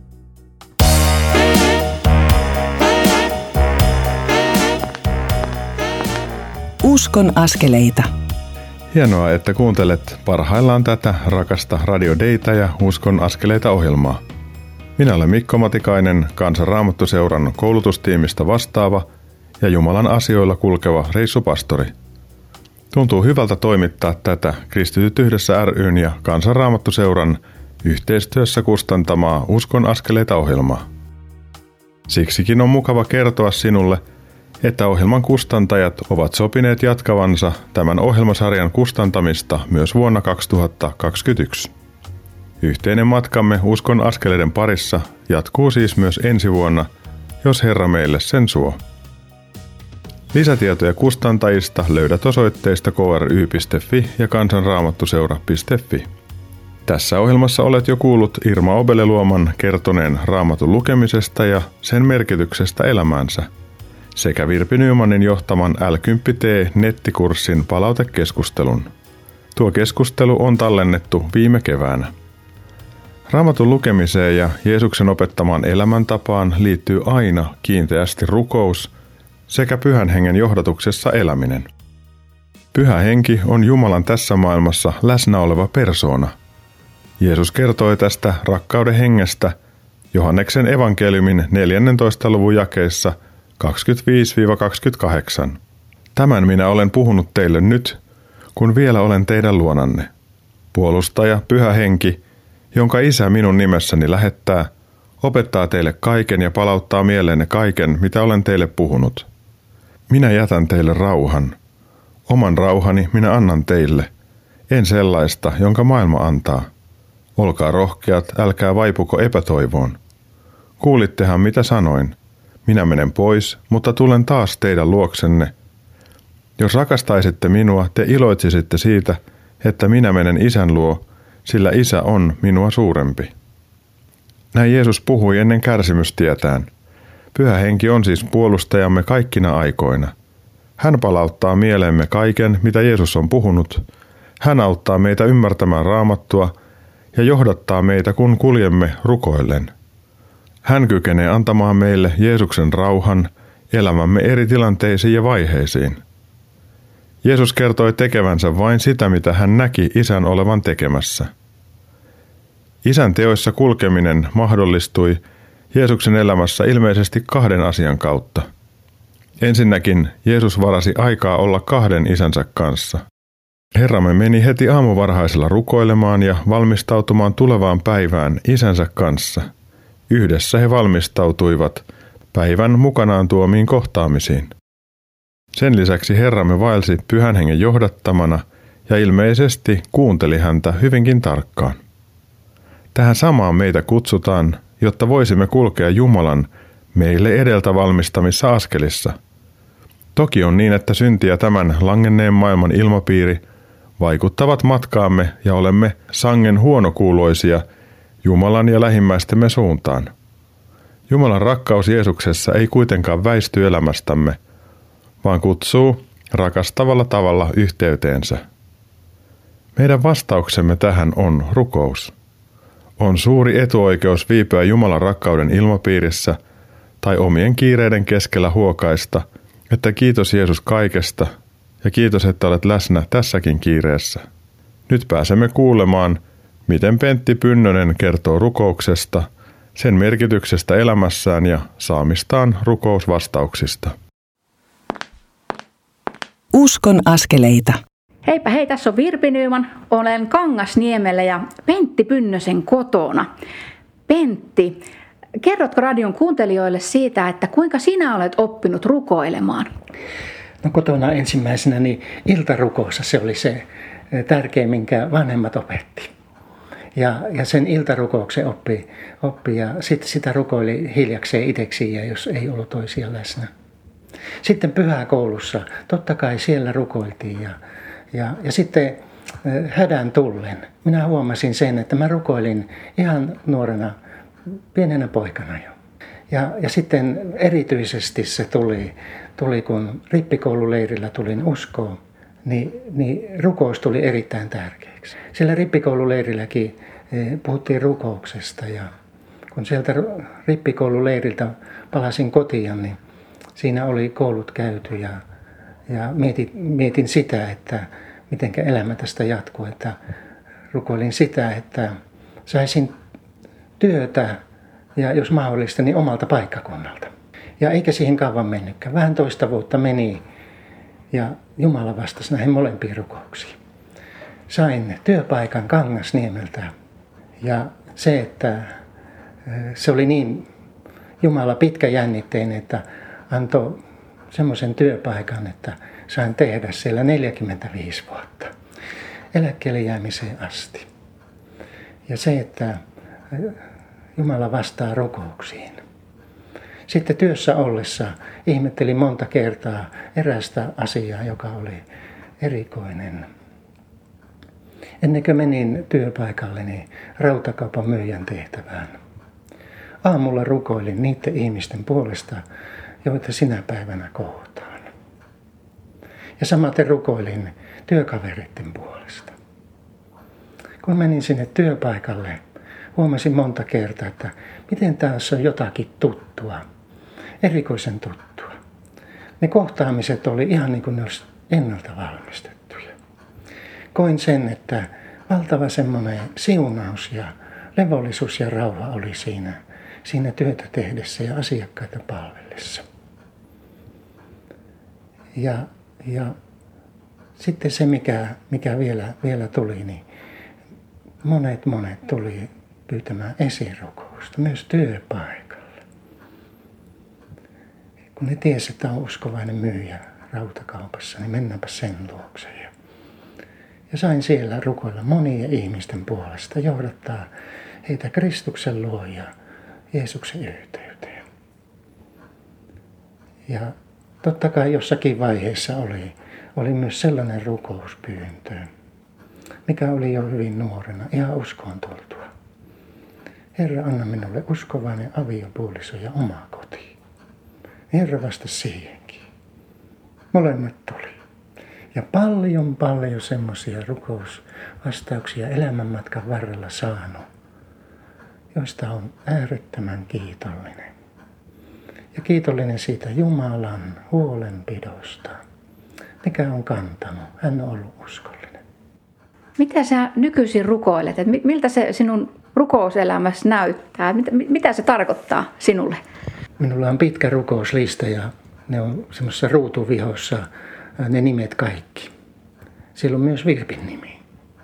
Uskon askeleita. Hienoa, että kuuntelet parhaillaan tätä rakasta Radio Daytä ja Uskon askeleita -ohjelmaa. Minä olen Mikko Matikainen, Kansan Raamattuseuran koulutustiimistä vastaava ja Jumalan asioilla kulkeva reissupastori. Tuntuu hyvältä toimittaa tätä Kristityt yhdessä ry:n ja Kansan Raamattuseuran yhteistyössä kustantamaa Uskon askeleita -ohjelmaa. Siksikin on mukava kertoa sinulle, että ohjelman kustantajat ovat sopineet jatkavansa tämän ohjelmasarjan kustantamista myös vuonna 2021. Yhteinen matkamme Uskon askeleiden parissa jatkuu siis myös ensi vuonna, jos Herra meille sen suo. Lisätietoja kustantajista löydät osoitteista kry.fi ja kansanraamattuseura.fi. Tässä ohjelmassa olet jo kuullut Irma Obeleluoman kertoneen Raamatun lukemisesta ja sen merkityksestä elämäänsä, sekä Virpi Nymanin johtaman L10T-nettikurssin palautekeskustelun. Tuo keskustelu on tallennettu viime keväänä. Raamatun lukemiseen ja Jeesuksen opettamaan elämäntapaan liittyy aina kiinteästi rukous sekä Pyhän Hengen johdatuksessa eläminen. Pyhä Henki on Jumalan tässä maailmassa läsnä oleva persoona. Jeesus kertoi tästä rakkauden hengestä Johanneksen evankeliumin 14. luvun jakeissa 25-28. Tämän minä olen puhunut teille nyt, kun vielä olen teidän luonanne. Puolustaja, Pyhä Henki, jonka Isä minun nimessäni lähettää, opettaa teille kaiken ja palauttaa mieleenne kaiken, mitä olen teille puhunut. Minä jätän teille rauhan. Oman rauhani minä annan teille, en sellaista, jonka maailma antaa. Olkaa rohkeat, älkää vaipuko epätoivoon. Kuulittehan mitä sanoin. Minä menen pois, mutta tulen taas teidän luoksenne. Jos rakastaisitte minua, te iloitsisitte siitä, että minä menen Isän luo, sillä Isä on minua suurempi. Näin Jeesus puhui ennen kärsimystietään. Pyhä Henki on siis puolustajamme kaikkina aikoina. Hän palauttaa mieleemme kaiken, mitä Jeesus on puhunut. Hän auttaa meitä ymmärtämään Raamattua ja johdattaa meitä, kun kuljemme rukoillen. Hän kykenee antamaan meille Jeesuksen rauhan elämämme eri tilanteisiin ja vaiheisiin. Jeesus kertoi tekevänsä vain sitä, mitä hän näki Isän olevan tekemässä. Isän teoissa kulkeminen mahdollistui Jeesuksen elämässä ilmeisesti 2 asian kautta. Ensinnäkin Jeesus varasi aikaa olla 2 isänsä kanssa. Herramme meni heti aamuvarhaisella rukoilemaan ja valmistautumaan tulevaan päivään isänsä kanssa. Yhdessä he valmistautuivat päivän mukanaan tuomiin kohtaamisiin. Sen lisäksi Herramme vaelsi Pyhän Hengen johdattamana ja ilmeisesti kuunteli häntä hyvinkin tarkkaan. Tähän samaan meitä kutsutaan, jotta voisimme kulkea Jumalan meille edeltä valmistamissa askelissa. Toki on niin, että synti ja tämän langenneen maailman ilmapiiri vaikuttavat matkaamme ja olemme sangen huonokuuloisia Jumalan ja lähimmäistemme suuntaan. Jumalan rakkaus Jeesuksessa ei kuitenkaan väisty elämästämme, vaan kutsuu rakastavalla tavalla yhteyteensä. Meidän vastauksemme tähän on rukous. On suuri etuoikeus viipyä Jumalan rakkauden ilmapiirissä tai omien kiireiden keskellä huokaista, että kiitos Jeesus kaikesta ja kiitos, että olet läsnä tässäkin kiireessä. Nyt pääsemme kuulemaan, miten Pentti Pynnönen kertoo rukouksesta, sen merkityksestä elämässään ja saamistaan rukousvastauksista. Uskon askeleita. Heipä hei, tässä on Virpi Nyman. Olen Kangasniemellä ja Pentti Pynnösen kotona. Pentti, kerrotko radion kuuntelijoille siitä, että kuinka sinä olet oppinut rukoilemaan? No kotona ensimmäisenä niin iltarukoussa se oli se tärkein, minkä vanhemmat opetti. Ja sen iltarukouksen oppi ja sitten sitä rukoili hiljakseen itseksiin, ja jos ei ollut toisia läsnä. Sitten pyhäkoulussa, totta kai siellä rukoiltiin ja sitten hädän tullen. Minä huomasin sen, että mä rukoilin ihan nuorena, pienenä poikana jo. Ja sitten erityisesti se tuli kun rippikoululeirillä tulin uskoon, niin rukous tuli erittäin tärkeäksi. Siellä rippikoululeirilläkin puhuttiin rukouksesta ja kun sieltä rippikoululeiriltä palasin kotiin, niin siinä oli koulut käyty ja mietin sitä, että miten elämä tästä jatkuu. Että rukoilin sitä, että saisin työtä ja jos mahdollista, niin omalta paikkakunnalta. Ja eikä siihen kauan mennytkään. Vähän 2 vuotta meni ja Jumala vastasi näihin molempiin rukouksiin. Sain työpaikan Kangasniemeltä ja se, että se oli niin Jumala pitkäjännitteinen, että antoi semmoisen työpaikan, että sain tehdä siellä 45 vuotta eläkkeelle jäämiseen asti. Ja se, että Jumala vastaa rukouksiin. Sitten työssä ollessa ihmettelin monta kertaa erästä asiaa, joka oli erikoinen. Ennen kuin menin työpaikalleni rautakaupan myyjän tehtävään, aamulla rukoilin niiden ihmisten puolesta, joita sinä päivänä kohtaan. Ja samaten rukoilin työkavereiden puolesta. Kun menin sinne työpaikalle, huomasin monta kertaa, että miten tässä on jotakin tuttua, erikoisen tuttua. Ne kohtaamiset oli ihan niin kuin ne olisi ennalta valmistettuja. Koin sen, että valtava semmoinen siunaus ja levollisuus ja rauha oli siinä työtä tehdessä ja asiakkaita palvellessa. Ja sitten se, mikä vielä tuli, niin monet tuli pyytämään esirukousta, myös työpaikalla. Kun ne tiesi, että on uskovainen myyjä rautakaupassa, niin mennäänpä sen luokse. Ja sain siellä rukoilla monien ihmisten puolesta, johdattaa heitä Kristuksen luo ja Jeesuksen yhteyteen. Ja totta kai jossakin vaiheessa oli myös sellainen rukouspyyntö, mikä oli jo hyvin nuorena, ihan uskoon tultua. Herra, anna minulle uskovainen aviopuoliso ja oma koti. Herra vastasi siihenkin. Molemmat tuli. Ja paljon semmoisia rukousvastauksia elämänmatkan varrella saanut, joista on äärettömän kiitollinen. Ja kiitollinen siitä Jumalan huolenpidosta, mikä on kantanut. Hän on ollut uskollinen. Mitä sä nykyisin rukoilet? Miltä se sinun rukouselämässä näyttää? Mitä se tarkoittaa sinulle? Minulla on pitkä rukouslista ja ne on semmoisessa ruutuvihossa ne nimet kaikki. Siellä on myös Virpin nimi.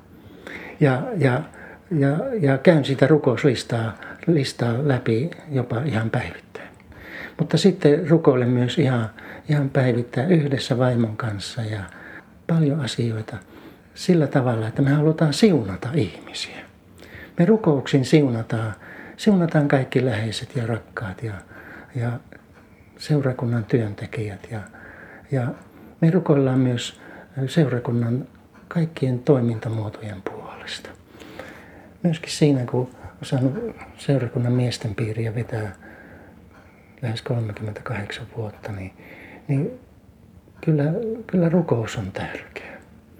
Ja käyn sitä rukouslistaa läpi jopa ihan päivittäin. Mutta sitten rukoilen myös ihan päivittäin yhdessä vaimon kanssa ja paljon asioita sillä tavalla, että me halutaan siunata ihmisiä. Me rukouksin siunataan kaikki läheiset ja rakkaat ja seurakunnan työntekijät ja me rukoillaan myös seurakunnan kaikkien toimintamuotojen puolesta. Myöskin siinä, kun olen saanut seurakunnan miesten piiriä vetää lähes 38 vuotta, niin kyllä rukous on tärkeä.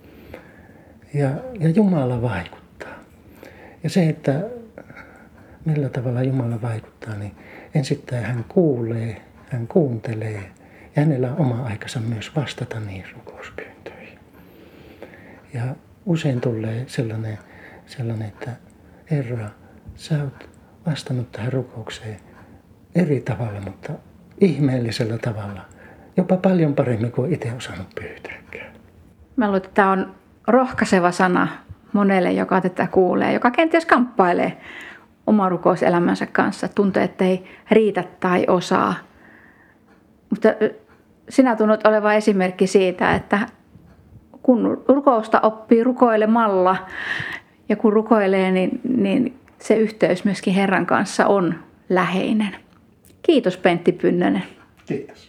Ja Jumala vaikuttaa. Ja se, että millä tavalla Jumala vaikuttaa, niin ensittäin hän kuulee, hän kuuntelee ja hänellä on oma aikansa myös vastata niihin rukouspyyntöihin. Ja usein tulee sellainen, että Herra, sä oot vastannut tähän rukoukseen eri tavalla, mutta ihmeellisellä tavalla. Jopa paljon paremmin kuin itse osannut pyytääkään. Mä luulen, että tämä on rohkaiseva sana monelle, joka tätä kuulee, joka kenties kamppailee oman rukouselämänsä kanssa, tuntee, että ei riitä tai osaa. Mutta sinä tunnut oleva esimerkki siitä, että kun rukousta oppii rukoilemalla ja kun rukoilee, niin se yhteys myöskin Herran kanssa on läheinen. Kiitos Pentti Pynnönen. Kiitos.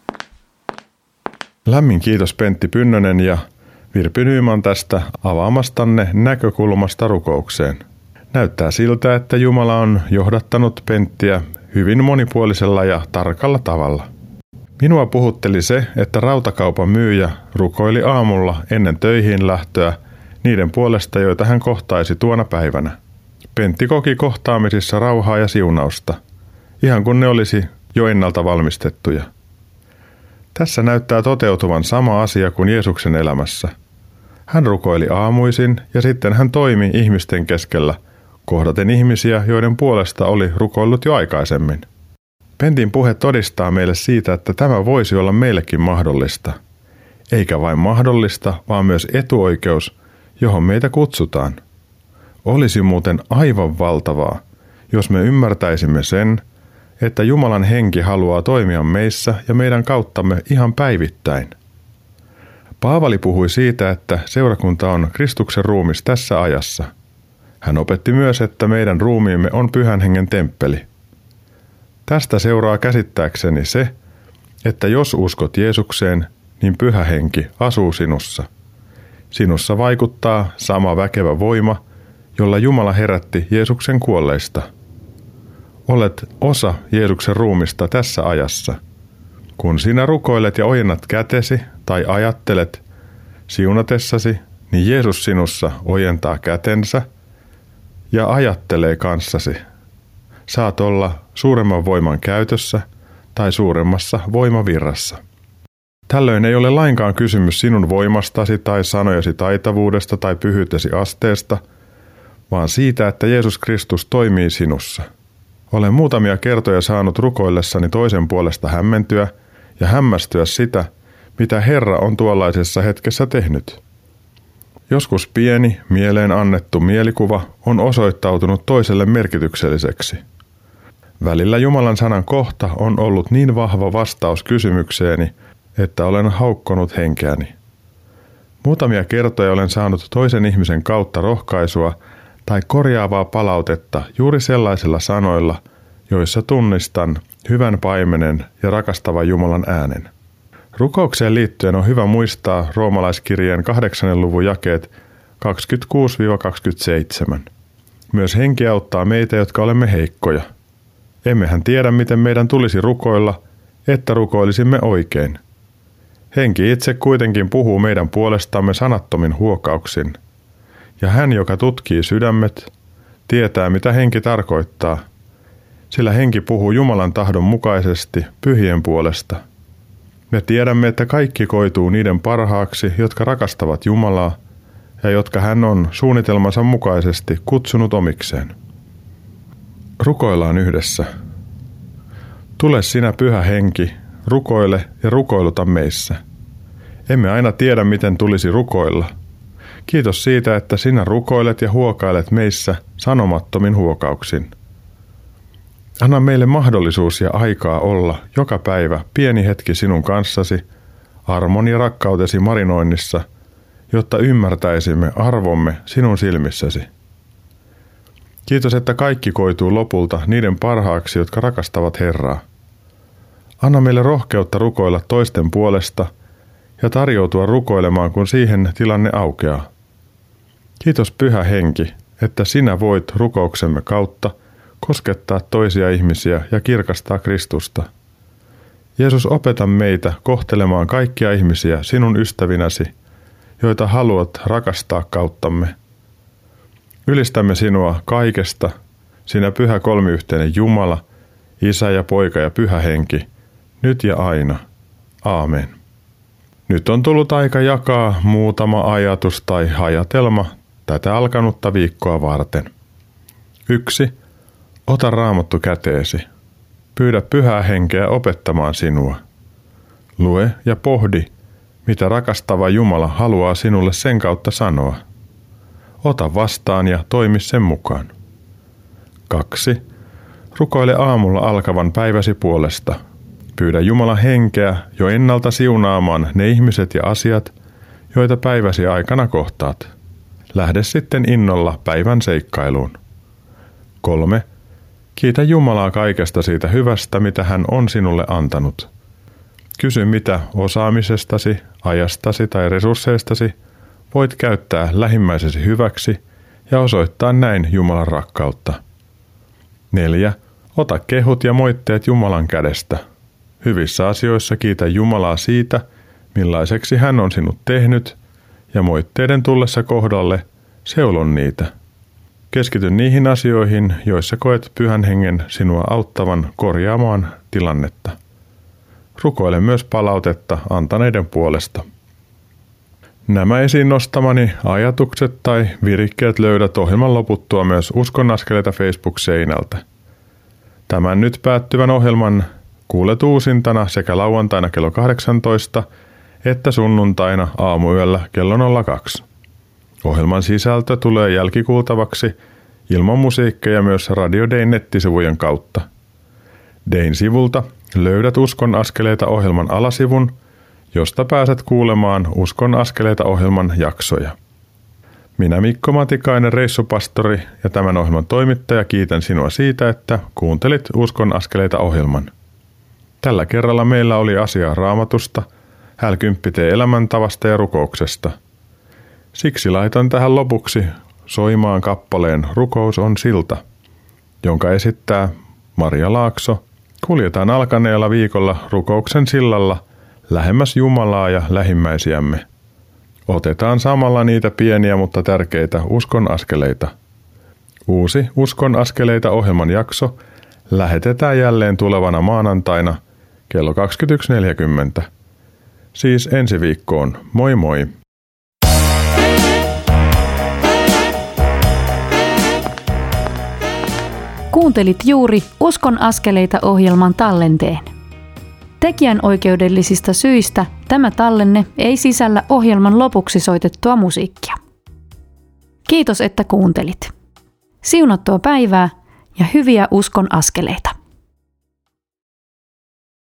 Lämmin kiitos Pentti Pynnönen ja Virpi Nyman tästä avaamastanne näkökulmasta rukoukseen. Näyttää siltä, että Jumala on johdattanut Penttiä hyvin monipuolisella ja tarkalla tavalla. Minua puhutteli se, että rautakaupan myyjä rukoili aamulla ennen töihin lähtöä niiden puolesta, joita hän kohtaisi tuona päivänä. Pentti koki kohtaamisissa rauhaa ja siunausta, ihan kun ne olisi jo ennalta valmistettuja. Tässä näyttää toteutuvan sama asia kuin Jeesuksen elämässä. Hän rukoili aamuisin ja sitten hän toimi ihmisten keskellä, kohdaten ihmisiä, joiden puolesta oli rukoillut jo aikaisemmin. Pentin puhe todistaa meille siitä, että tämä voisi olla meillekin mahdollista. Eikä vain mahdollista, vaan myös etuoikeus, johon meitä kutsutaan. Olisi muuten aivan valtavaa, jos me ymmärtäisimme sen, että Jumalan henki haluaa toimia meissä ja meidän kauttamme ihan päivittäin. Paavali puhui siitä, että seurakunta on Kristuksen ruumis tässä ajassa. Hän opetti myös, että meidän ruumiimme on Pyhän Hengen temppeli. Tästä seuraa käsittääkseni se, että jos uskot Jeesukseen, niin Pyhä Henki asuu sinussa. Sinussa vaikuttaa sama väkevä voima, jolla Jumala herätti Jeesuksen kuolleista. Olet osa Jeesuksen ruumista tässä ajassa. Kun sinä rukoilet ja ojennat kätesi tai ajattelet siunatessasi, niin Jeesus sinussa ojentaa kätensä ja ajattelee kanssasi. Saat olla suuremman voiman käytössä tai suuremmassa voimavirrassa. Tällöin ei ole lainkaan kysymys sinun voimastasi tai sanojesi taitavuudesta tai pyhyytesi asteesta, vaan siitä, että Jeesus Kristus toimii sinussa. Olen muutamia kertoja saanut rukoillessani toisen puolesta hämmentyä ja hämmästyä sitä, mitä Herra on tuollaisessa hetkessä tehnyt. Joskus pieni, mieleen annettu mielikuva on osoittautunut toiselle merkitykselliseksi. Välillä Jumalan sanan kohta on ollut niin vahva vastaus kysymykseeni, että olen haukkonut henkeäni. Muutamia kertoja olen saanut toisen ihmisen kautta rohkaisua tai korjaavaa palautetta juuri sellaisilla sanoilla, joissa tunnistan hyvän paimenen ja rakastavan Jumalan äänen. Rukoukseen liittyen on hyvä muistaa roomalaiskirjeen 8. luvun jakeet 26-27. Myös henki auttaa meitä, jotka olemme heikkoja. Emmehän tiedä, miten meidän tulisi rukoilla, että rukoilisimme oikein. Henki itse kuitenkin puhuu meidän puolestamme sanattomin huokauksin. Ja hän, joka tutkii sydämet, tietää, mitä henki tarkoittaa, sillä henki puhuu Jumalan tahdon mukaisesti pyhien puolesta. Me tiedämme, että kaikki koituu niiden parhaaksi, jotka rakastavat Jumalaa ja jotka hän on suunnitelmansa mukaisesti kutsunut omikseen. Rukoillaan yhdessä. Tule sinä pyhä henki, rukoile ja rukoiluta meissä. Emme aina tiedä, miten tulisi rukoilla. Kiitos siitä, että sinä rukoilet ja huokailet meissä sanomattomin huokauksin. Anna meille mahdollisuus ja aikaa olla joka päivä pieni hetki sinun kanssasi, armon ja rakkautesi marinoinnissa, jotta ymmärtäisimme arvomme sinun silmissäsi. Kiitos, että kaikki koituu lopulta niiden parhaaksi, jotka rakastavat Herraa. Anna meille rohkeutta rukoilla toisten puolesta ja tarjoutua rukoilemaan, kun siihen tilanne aukeaa. Kiitos Pyhä Henki, että sinä voit rukouksemme kautta koskettaa toisia ihmisiä ja kirkastaa Kristusta. Jeesus, opeta meitä kohtelemaan kaikkia ihmisiä sinun ystävinäsi, joita haluat rakastaa kauttamme. Ylistämme sinua kaikesta, sinä Pyhä Kolmiyhteinen Jumala, Isä ja Poika ja Pyhä Henki, nyt ja aina. Aamen. Nyt on tullut aika jakaa muutama ajatus tai ajatelma tätä alkanutta viikkoa varten. 1. Ota Raamattu käteesi. Pyydä Pyhää Henkeä opettamaan sinua. Lue ja pohdi, mitä rakastava Jumala haluaa sinulle sen kautta sanoa. Ota vastaan ja toimi sen mukaan. 2. Rukoile aamulla alkavan päiväsi puolesta. Pyydä Jumalan henkeä jo ennalta siunaamaan ne ihmiset ja asiat, joita päiväsi aikana kohtaat. Lähde sitten innolla päivän seikkailuun. 3. Kiitä Jumalaa kaikesta siitä hyvästä, mitä hän on sinulle antanut. Kysy, mitä osaamisestasi, ajastasi tai resursseistasi voit käyttää lähimmäisesi hyväksi ja osoittaa näin Jumalan rakkautta. 4. Ota kehut ja moitteet Jumalan kädestä. Hyvissä asioissa kiitä Jumalaa siitä, millaiseksi hän on sinut tehnyt, ja moitteiden tullessa kohdalle seulon niitä. Keskity niihin asioihin, joissa koet Pyhän Hengen sinua auttavan korjaamaan tilannetta. Rukoile myös palautetta antaneiden puolesta. Nämä esiin nostamani ajatukset tai virikkeet löydät ohjelman loputtua myös Uskon askeleita Facebook-seinältä. Tämän nyt päättyvän ohjelman kuulet uusintana sekä lauantaina kello 18 että sunnuntaina aamuyöllä kello 02. Ohjelman sisältö tulee jälkikuultavaksi ilman musiikkeja myös Radio Dayn nettisivujen kautta. Dayn sivulta löydät Uskon askeleita ohjelman alasivun, josta pääset kuulemaan Uskon askeleita ohjelman jaksoja. Minä Mikko Matikainen, reissupastori ja tämän ohjelman toimittaja, kiitän sinua siitä, että kuuntelit Uskon askeleita ohjelman. Tällä kerralla meillä oli asiaa Raamatusta, Häl-10 elämäntavasta ja rukouksesta. Siksi laitan tähän lopuksi soimaan kappaleen Rukous on silta, jonka esittää Maria Laakso. Kuljetaan alkaneella viikolla rukouksen sillalla lähemmäs Jumalaa ja lähimmäisiämme. Otetaan samalla niitä pieniä, mutta tärkeitä uskon askeleita. Uusi Uskon askeleita ohjelman jakso lähetetään jälleen tulevana maanantaina kello 21.40. Siis ensi viikkoon. Moi moi! Kuuntelit juuri Uskon askeleita -ohjelman tallenteen. Tekijänoikeudellisista syistä tämä tallenne ei sisällä ohjelman lopuksi soitettua musiikkia. Kiitos, että kuuntelit. Siunattua päivää ja hyviä uskon askeleita.